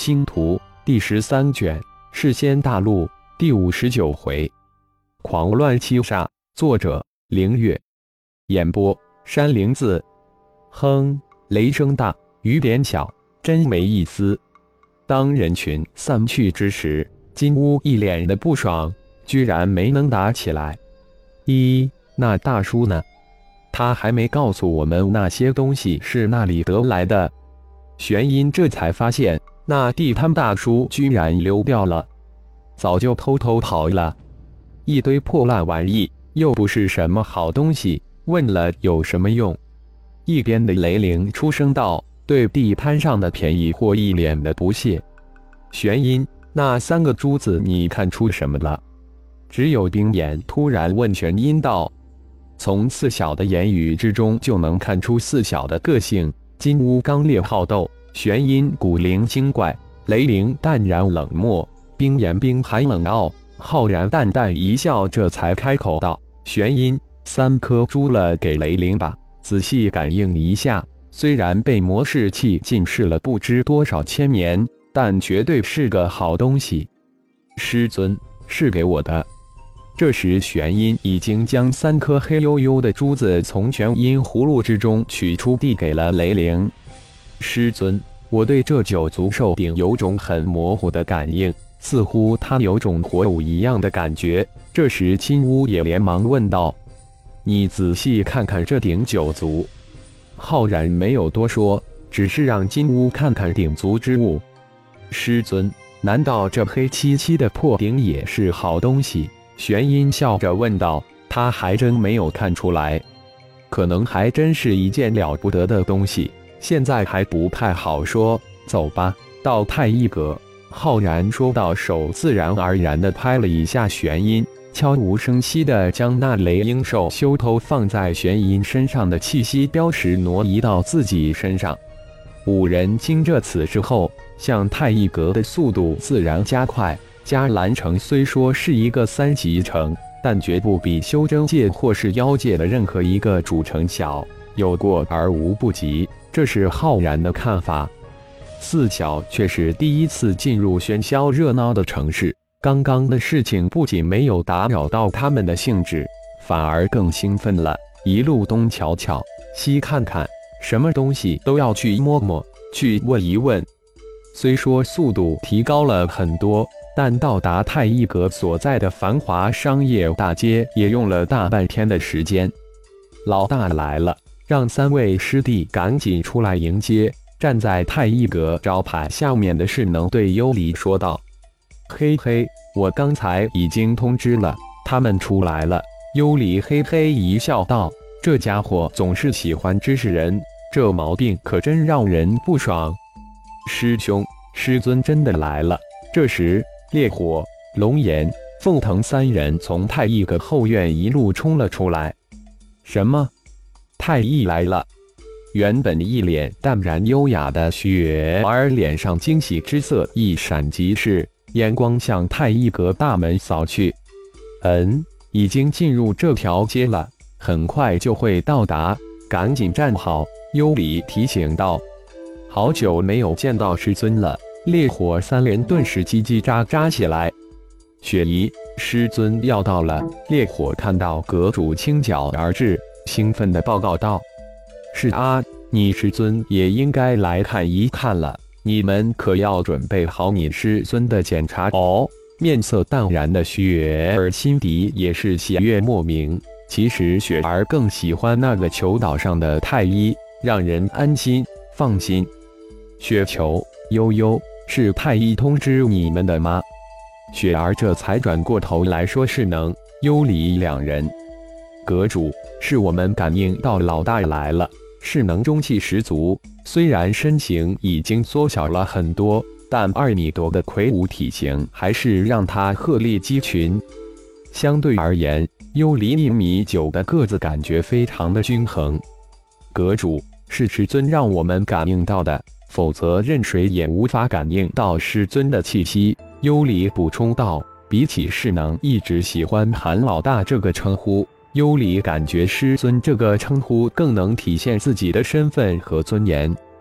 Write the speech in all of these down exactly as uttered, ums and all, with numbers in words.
星图》第十三卷，世仙大陆第五十九回，狂乱七煞。作者：凌月。演播：山灵子。哼，雷声大，雨点小，真没意思。当人群散去之时，金乌一脸的不爽，居然没能打起来。一，那大叔呢？他还没告诉我们那些东西是哪里得来的。玄阴这才发现，那地摊大叔居然溜掉了，早就偷偷跑了。一堆破烂玩意，又不是什么好东西，问了有什么用？一边的雷灵出声道，对地摊上的便宜货一脸的不屑。玄阴，那三个珠子你看出什么了？只有冰眼突然问玄阴道。从四小的言语之中就能看出四小的个性。金乌刚烈好斗，玄阴古灵精怪，雷灵淡然冷漠，冰眼冰寒冷傲。浩然淡淡一笑，这才开口道：玄阴，三颗珠了给雷灵吧，仔细感应一下，虽然被魔士器浸噬了不知多少千年，但绝对是个好东西。师尊，是给我的。这时玄阴已经将三颗黑黝黝的珠子从玄阴葫芦之中取出，递给了雷灵。师尊，我对这九足兽鼎有种很模糊的感应，似乎它有种火舞一样的感觉。这时金乌也连忙问道：你仔细看看这鼎九足。浩然没有多说，只是让金乌看看鼎足之物。师尊，难道这黑漆漆的破鼎也是好东西？玄阴笑着问道，他还真没有看出来，可能还真是一件了不得的东西，现在还不太好说。走吧，到太一阁。浩然说到，手自然而然地拍了一下玄阴，悄无声息地将那雷鹰兽修头放在玄阴身上的气息标识挪移到自己身上。五人经这此之后，向太一阁的速度自然加快。迦兰城虽说是一个三级城，但绝不比修真界或是妖界的任何一个主城小，有过而无不及，这是浩然的看法。四小却是第一次进入喧嚣热闹的城市，刚刚的事情不仅没有打扰到他们的兴致，反而更兴奋了，一路东瞧瞧，西看看，什么东西都要去摸摸，去问一问。虽说速度提高了很多，但到达太一阁所在的繁华商业大街也用了大半天的时间。老大来了，让三位师弟赶紧出来迎接。站在太一阁招牌下面的势能对幽离说道：嘿嘿，我刚才已经通知了，他们出来了。幽离嘿嘿一笑道：这家伙总是喜欢指使人，这毛病可真让人不爽。师兄，师尊真的来了。这时烈火、龙炎、凤腾三人从太一阁后院一路冲了出来。什么？太一来了？原本一脸淡然优雅的雪儿脸上惊喜之色一闪即逝，眼光向太一阁大门扫去。嗯，已经进入这条街了，很快就会到达，赶紧站好。幽离提醒道。好久没有见到师尊了。烈火三人顿时叽叽喳喳起来。雪姨，师尊要到了。烈火看到阁主倾脚而至，兴奋地报告道：是啊，你师尊也应该来看一看了，你们可要准备好你师尊的检查哦。面色淡然的雪儿心底也是喜悦莫名。其实雪儿更喜欢那个球岛上的太一，让人安心放心。雪球，悠悠，是太一通知你们的吗？雪儿这才转过头来说是能、幽离两人。阁主，是我们感应到老大来了，是能中气十足，虽然身形已经缩小了很多，但二米多的魁梧体型还是让他鹤立鸡群。相对而言，幽离一米九的个子感觉非常的均衡。阁主，是师尊让我们感应到的，否则任谁也无法感应到师尊的气息。幽离补充道。比起势能一直喜欢韩老大这个称呼，幽离感觉师尊这个称呼更能体现自己的身份和尊严。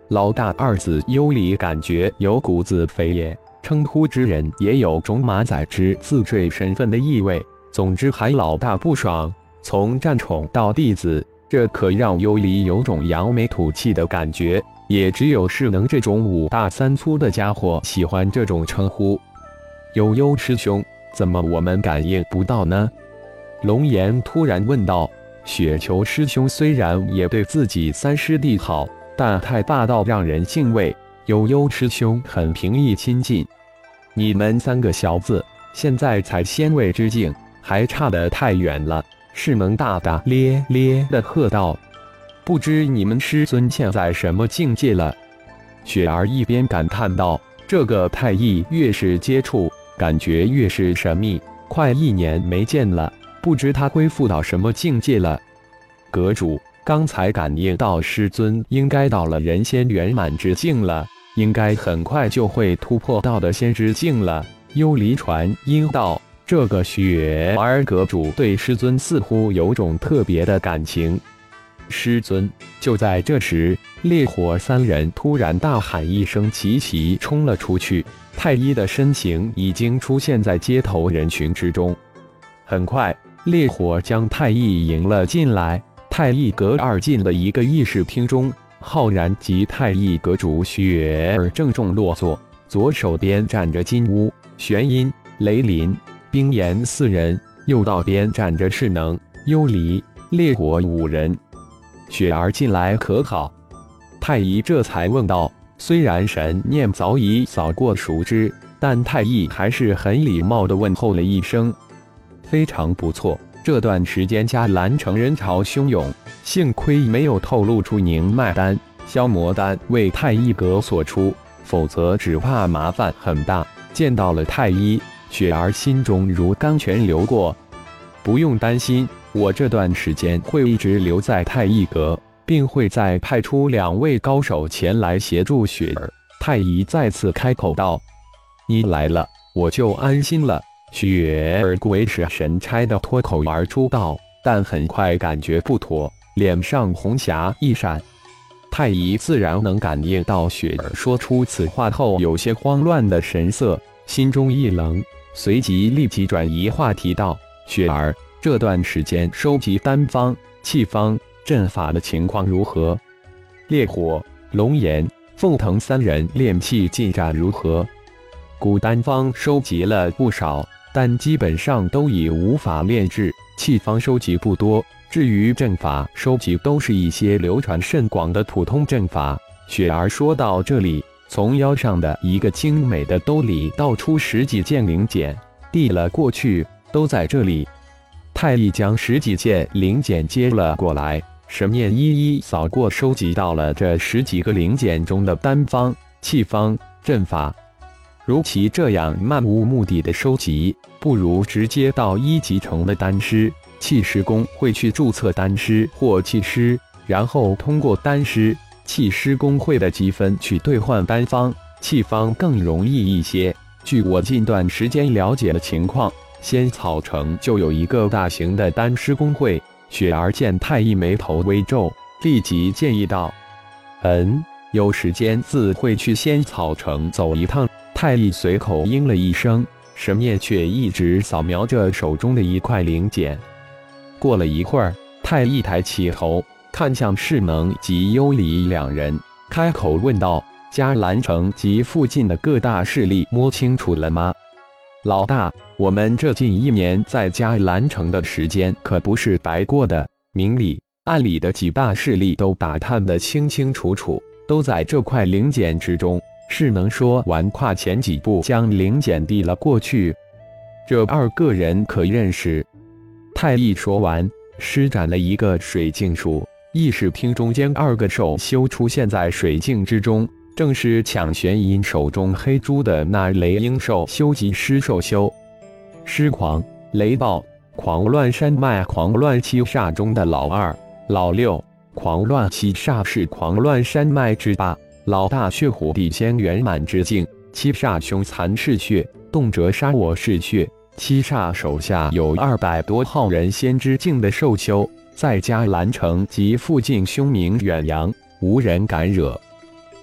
老大二字幽离感觉有股子肥也，称呼之人也有种马仔之自坠身份的意味。总之还老大不爽，从战宠到弟子，这可让幽离有种扬眉吐气的感觉。也只有世能这种五大三粗的家伙喜欢这种称呼。悠悠师兄，怎么我们感应不到呢？龙岩突然问道。雪球师兄虽然也对自己三师弟好，但太霸道让人敬畏。悠悠师兄很平易亲近，你们三个小子现在才仙位之境，还差得太远了。世能大大咧咧地喝道。不知你们师尊现在什么境界了？雪儿一边感叹道：“这个太乙越是接触，感觉越是神秘。快一年没见了，不知他恢复到什么境界了。”阁主，刚才感应到师尊应该到了人仙圆满之境了，应该很快就会突破到的仙之境了。幽离传音道：“这个雪儿阁主对师尊似乎有种特别的感情。”师尊！就在这时，烈火三人突然大喊一声，齐齐冲了出去。太一的身形已经出现在街头人群之中。很快，烈火将太一迎了进来。太一阁二进了一个议事厅中，浩然及太一阁主雪儿郑重落座，左手边站着金乌、玄阴、雷林、冰炎四人，右道边站着世能、幽离、烈火五人。雪儿进来可好？太一这才问道。虽然神念早已扫过熟知，但太一还是很礼貌地问候了一声。非常不错，这段时间嘉兰城人潮汹涌，幸亏没有透露出宁脉丹、消魔丹为太一阁所出，否则只怕麻烦很大。见到了太一，雪儿心中如甘泉流过。不用担心，我这段时间会一直留在太一阁，并会再派出两位高手前来协助雪儿。太一再次开口道：“你来了，我就安心了。”雪儿鬼使神差的脱口而出道，但很快感觉不妥，脸上红霞一闪。太一自然能感应到雪儿说出此话后有些慌乱的神色，心中一愣，随即立即转移话题道：“雪儿，这段时间收集丹方、气方、阵法的情况如何？烈火、龙炎、凤腾三人炼气进展如何？”古丹方收集了不少，但基本上都已无法炼制，气方收集不多。至于阵法收集，都是一些流传甚广的普通阵法。雪儿说到这里，从腰上的一个精美的兜里倒出十几件零件，递了过去。都在这里。太一将十几件零件接了过来，神念一一扫过，收集到了这十几个零件中的丹方、气方、阵法。如其这样漫无目的的收集，不如直接到一级城的丹师、气师公会去注册丹师或气师，然后通过丹师、气师公会的积分去兑换丹方、气方更容易一些。据我近段时间了解的情况，仙草城就有一个大型的丹师公会。雪儿见太一眉头微皱，立即建议道：“嗯，有时间自会去仙草城走一趟。”太一随口应了一声，神念却一直扫描着手中的一块零件。过了一会儿，太一抬起头，看向世能及幽离两人，开口问道：“嘉兰城及附近的各大势力摸清楚了吗？”老大，我们这近一年在嘉兰城的时间可不是白过的，明里暗里的几大势力都打探得清清楚楚，都在这块零件之中。世能说完，跨前几步将零件递了过去。这二个人可认识？太一说完，施展了一个水镜术，议事厅中间二个手修出现在水镜之中，正是抢玄阴手中黑珠的那雷鹰兽修及狮兽修。狮狂、雷暴、狂乱山脉狂乱七煞中的老二、老六。狂乱七煞是狂乱山脉之八，老大血虎地仙圆满之境，七煞凶残嗜血，动辄杀我嗜血。七煞手下有二百多号人仙之境的兽修，在嘉兰城及附近凶名远扬，无人敢惹。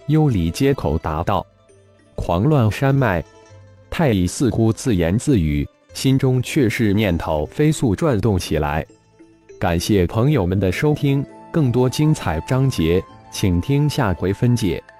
幽里接口答道：“狂乱山脉。”太乙似乎自言自语，心中却是念头飞速转动起来。感谢朋友们的收听，更多精彩章节，请听下回分解。